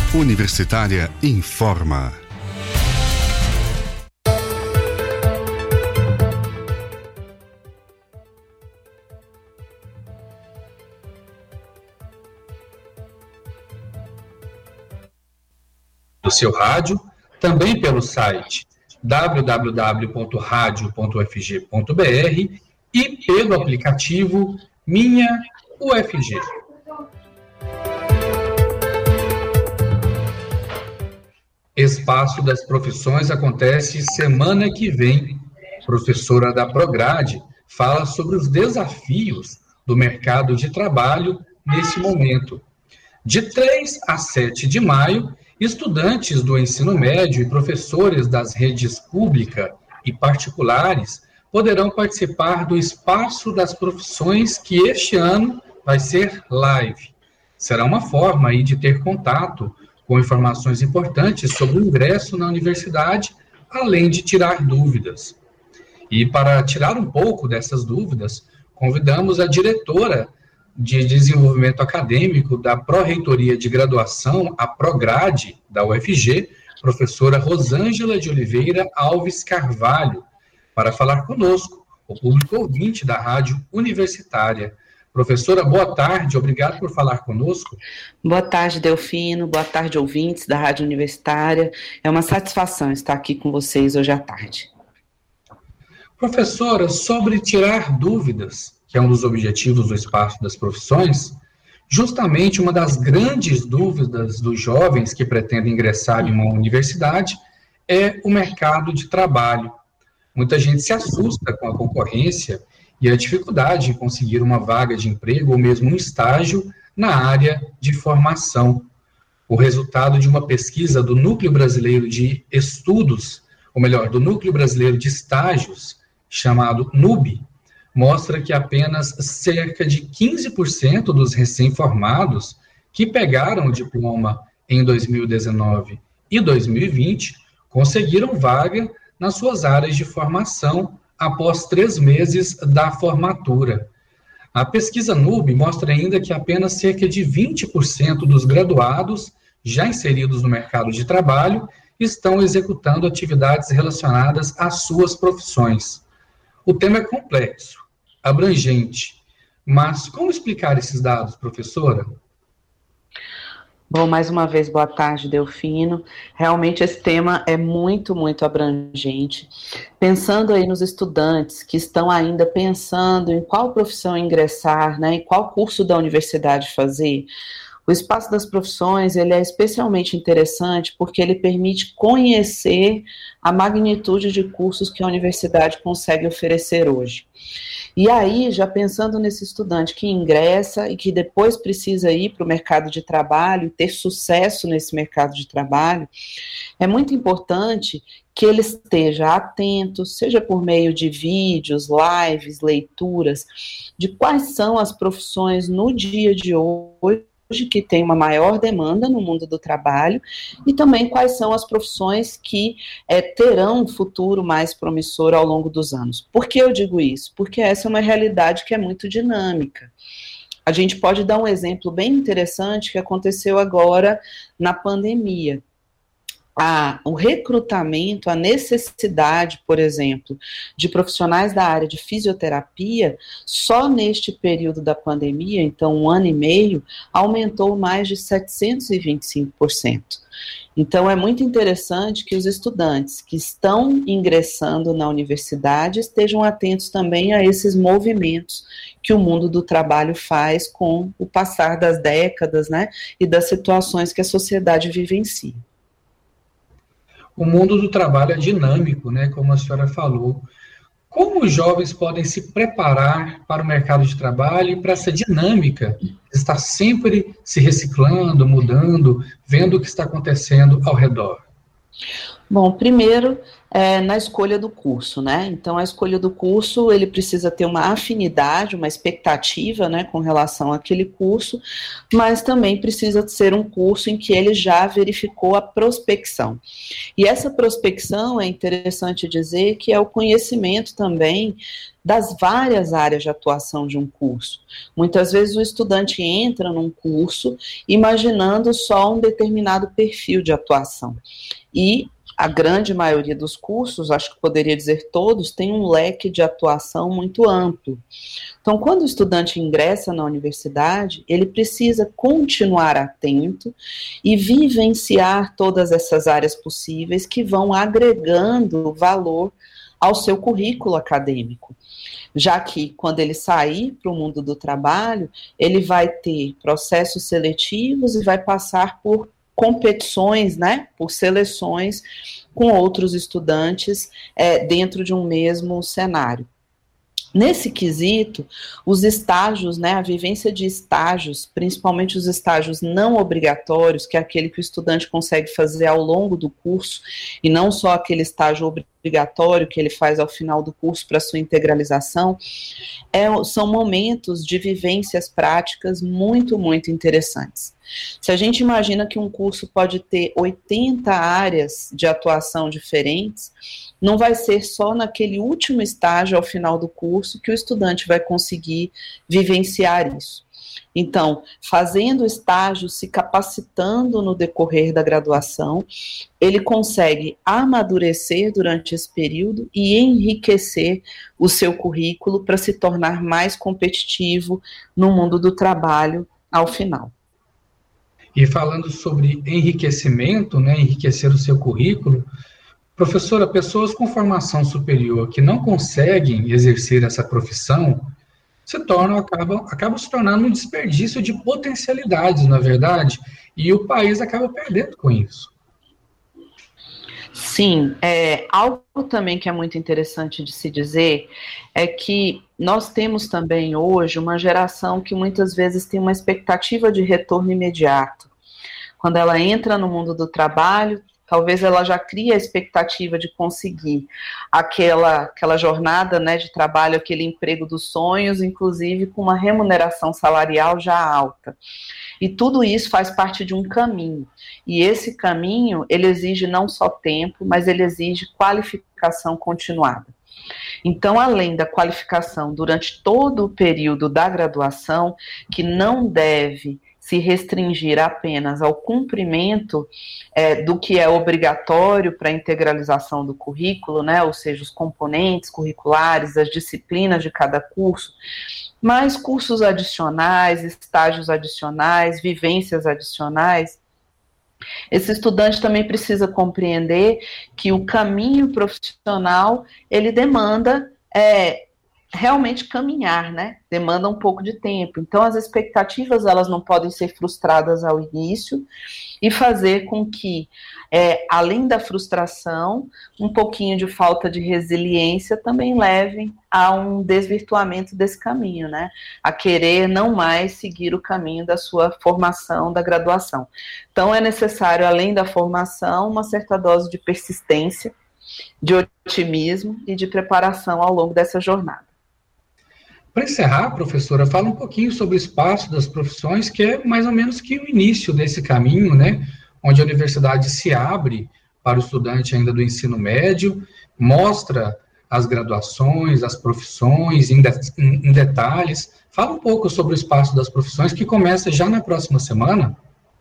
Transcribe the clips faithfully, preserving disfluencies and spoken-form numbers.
Universitária informa. Do seu rádio, também pelo site w w w ponto radio ponto u f g ponto b r e pelo aplicativo Minha U F G. Espaço das Profissões acontece semana que vem. Professora da Prograde fala sobre os desafios do mercado de trabalho nesse momento. De três a sete de maio, estudantes do ensino médio e professores das redes pública e particulares poderão participar do Espaço das Profissões, que este ano vai ser live. Será uma forma aí de ter contato com informações importantes sobre o ingresso na universidade, além de tirar dúvidas. E para tirar um pouco dessas dúvidas, convidamos a diretora de Desenvolvimento Acadêmico da Pró-Reitoria de Graduação, a Prograde, da U F G, professora Rosângela de Oliveira Alves Carvalho, para falar conosco, o público ouvinte da Rádio Universitária. Professora, boa tarde, obrigado por falar conosco. Boa tarde, Delfino, boa tarde, ouvintes da Rádio Universitária. É uma satisfação estar aqui com vocês hoje à tarde. Professora, sobre tirar dúvidas, que é um dos objetivos do Espaço das Profissões, justamente uma das grandes dúvidas dos jovens que pretendem ingressar em uma universidade é o mercado de trabalho. Muita gente se assusta com a concorrência e a dificuldade em conseguir uma vaga de emprego ou mesmo um estágio na área de formação. O resultado de uma pesquisa do Núcleo Brasileiro de Estudos, ou melhor, do Núcleo Brasileiro de Estágios, chamado NUB, mostra que apenas cerca de quinze por cento dos recém-formados que pegaram o diploma em dois mil e dezenove e dois mil e vinte conseguiram vaga nas suas áreas de formação após três meses da formatura. A pesquisa NUB mostra ainda que apenas cerca de vinte por cento dos graduados já inseridos no mercado de trabalho estão executando atividades relacionadas às suas profissões. O tema é complexo, abrangente, mas como explicar esses dados, professora? Bom, mais uma vez, boa tarde, Delfino. Realmente esse tema é muito, muito abrangente. Pensando aí nos estudantes que estão ainda pensando em qual profissão ingressar, né, em qual curso da universidade fazer, o Espaço das Profissões, ele é especialmente interessante porque ele permite conhecer a magnitude de cursos que a universidade consegue oferecer hoje. E aí, já pensando nesse estudante que ingressa e que depois precisa ir para o mercado de trabalho, ter sucesso nesse mercado de trabalho, é muito importante que ele esteja atento, seja por meio de vídeos, lives, leituras, de quais são as profissões no dia de hoje, que tem uma maior demanda no mundo do trabalho, e também quais são as profissões que é, terão um futuro mais promissor ao longo dos anos. Por que eu digo isso? Porque essa é uma realidade que é muito dinâmica. A gente pode dar um exemplo bem interessante que aconteceu agora na pandemia. A, o recrutamento, a necessidade, por exemplo, de profissionais da área de fisioterapia, só neste período da pandemia, então um ano e meio, aumentou mais de setecentos e vinte e cinco por cento. Então é muito interessante que os estudantes que estão ingressando na universidade estejam atentos também a esses movimentos que o mundo do trabalho faz com o passar das décadas, né, e das situações que a sociedade vivencia. O mundo do trabalho é dinâmico, né, como a senhora falou. Como os jovens podem se preparar para o mercado de trabalho e para essa dinâmica, estar sempre se reciclando, mudando, vendo o que está acontecendo ao redor? Bom, primeiro, é, na escolha do curso, né? Então, a escolha do curso, ele precisa ter uma afinidade, uma expectativa, né, com relação àquele curso, mas também precisa ser um curso em que ele já verificou a prospecção. E essa prospecção, é interessante dizer, que é o conhecimento também das várias áreas de atuação de um curso. Muitas vezes o estudante entra num curso imaginando só um determinado perfil de atuação. E a grande maioria dos cursos, acho que poderia dizer todos, tem um leque de atuação muito amplo. Então, quando o estudante ingressa na universidade, ele precisa continuar atento e vivenciar todas essas áreas possíveis que vão agregando valor ao seu currículo acadêmico. Já que, quando ele sair para o mundo do trabalho, ele vai ter processos seletivos e vai passar por competições, né, por seleções com outros estudantes é, dentro de um mesmo cenário. Nesse quesito, os estágios, né, a vivência de estágios, principalmente os estágios não obrigatórios, que é aquele que o estudante consegue fazer ao longo do curso, e não só aquele estágio obrigatório que ele faz ao final do curso para sua integralização, é, são momentos de vivências práticas muito, muito interessantes. Se a gente imagina que um curso pode ter oitenta áreas de atuação diferentes, não vai ser só naquele último estágio ao final do curso que o estudante vai conseguir vivenciar isso. Então, fazendo estágio, se capacitando no decorrer da graduação, ele consegue amadurecer durante esse período e enriquecer o seu currículo para se tornar mais competitivo no mundo do trabalho ao final. E falando sobre enriquecimento, né, enriquecer o seu currículo, professora, pessoas com formação superior que não conseguem exercer essa profissão se tornam, acabam, acabam se tornando um desperdício de potencialidades, na verdade, e o país acaba perdendo com isso. Sim, é, algo também que é muito interessante de se dizer é que nós temos também hoje uma geração que muitas vezes tem uma expectativa de retorno imediato. Quando ela entra no mundo do trabalho, talvez ela já crie a expectativa de conseguir aquela, aquela jornada, né, de trabalho, aquele emprego dos sonhos, inclusive com uma remuneração salarial já alta. E tudo isso faz parte de um caminho. E esse caminho, ele exige não só tempo, mas ele exige qualificação continuada. Então, além da qualificação durante todo o período da graduação, que não deve se restringir apenas ao cumprimento é, do que é obrigatório para a integralização do currículo, né, ou seja, os componentes curriculares, as disciplinas de cada curso, mas cursos adicionais, estágios adicionais, vivências adicionais. Esse estudante também precisa compreender que o caminho profissional, ele demanda é, realmente caminhar, né? Demanda um pouco de tempo. Então, as expectativas, elas não podem ser frustradas ao início e fazer com que, é, além da frustração, um pouquinho de falta de resiliência também levem a um desvirtuamento desse caminho, né? A querer não mais seguir o caminho da sua formação, da graduação. Então, é necessário, além da formação, uma certa dose de persistência, de otimismo e de preparação ao longo dessa jornada. Para encerrar, professora, fala um pouquinho sobre o espaço das profissões, que é mais ou menos que o início desse caminho, né, onde a universidade se abre para o estudante ainda do ensino médio, mostra as graduações, as profissões em, de, em, em detalhes. Fala um pouco sobre o espaço das profissões, que começa já na próxima semana.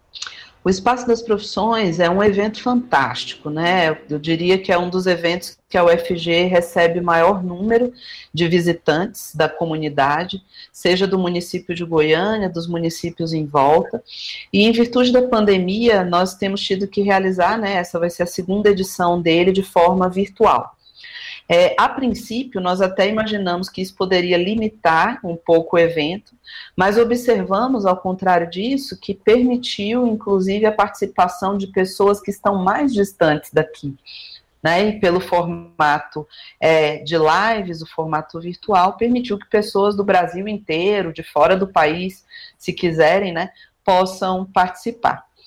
O Espaço das Profissões é um evento fantástico, né? Eu diria que é um dos eventos que a U F G recebe maior número de visitantes da comunidade, seja do município de Goiânia, dos municípios em volta. E em virtude da pandemia, nós temos tido que realizar, né? Essa vai ser a segunda edição dele de forma virtual. É, a princípio, nós até imaginamos que isso poderia limitar um pouco o evento, mas observamos, ao contrário disso, que permitiu, inclusive, a participação de pessoas que estão mais distantes daqui, né? E pelo formato é, de lives, o formato virtual, permitiu que pessoas do Brasil inteiro, de fora do país, se quiserem, né, possam participar.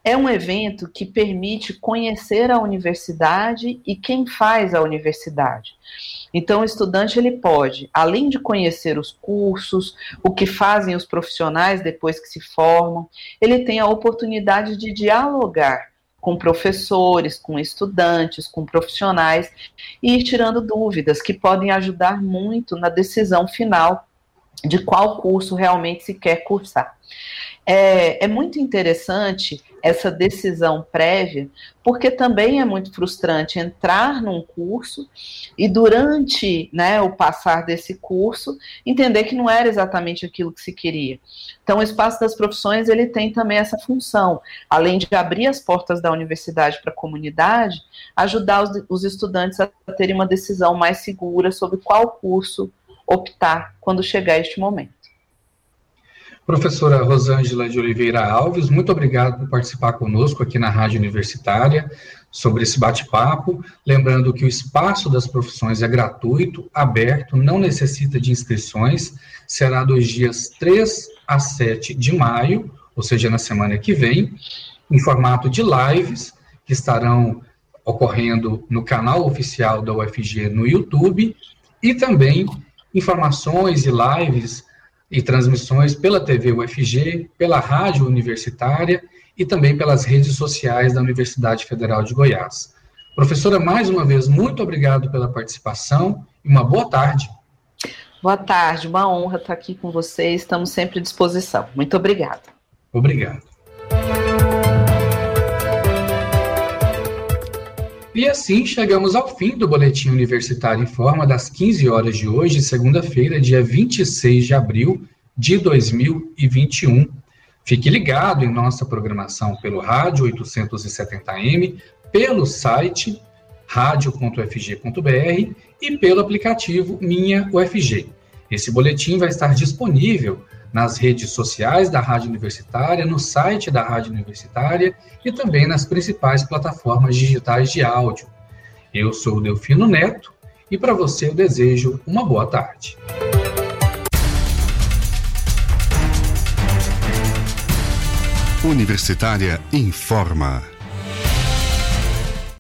É um evento que permite conhecer a universidade e quem faz a universidade. Então, o estudante ele pode, além de conhecer os cursos, o que fazem os profissionais depois que se formam, ele tem a oportunidade de dialogar com professores, com estudantes, com profissionais e ir tirando dúvidas que podem ajudar muito na decisão final de qual curso realmente se quer cursar. É, é muito interessante essa decisão prévia, porque também é muito frustrante entrar num curso e durante, né, o passar desse curso, entender que não era exatamente aquilo que se queria. Então, o Espaço das Profissões, ele tem também essa função, além de abrir as portas da universidade para a comunidade, ajudar os, os estudantes a terem uma decisão mais segura sobre qual curso optar quando chegar este momento. Professora Rosângela de Oliveira Alves, muito obrigado por participar conosco aqui na Rádio Universitária sobre esse bate-papo. Lembrando que o Espaço das Profissões é gratuito, aberto, não necessita de inscrições, será dos dias três a sete de maio, ou seja, na semana que vem, em formato de lives, que estarão ocorrendo no canal oficial da U F G no YouTube, e também informações e lives e transmissões pela T V U F G, pela Rádio Universitária e também pelas redes sociais da Universidade Federal de Goiás. Professora, mais uma vez, muito obrigado pela participação e uma boa tarde. Boa tarde, uma honra estar aqui com vocês, estamos sempre à disposição. Muito obrigada. Obrigado. E assim chegamos ao fim do Boletim Universitário em Forma das quinze horas de hoje, segunda-feira, dia vinte e seis de abril de dois mil e vinte e um. Fique ligado em nossa programação pelo Rádio oitocentos e setenta M, pelo site rádio ponto u f g ponto b r e pelo aplicativo Minha U F G. Esse boletim vai estar disponível nas redes sociais da Rádio Universitária, no site da Rádio Universitária e também nas principais plataformas digitais de áudio. Eu sou o Delfino Neto e para você eu desejo uma boa tarde. Universitária informa.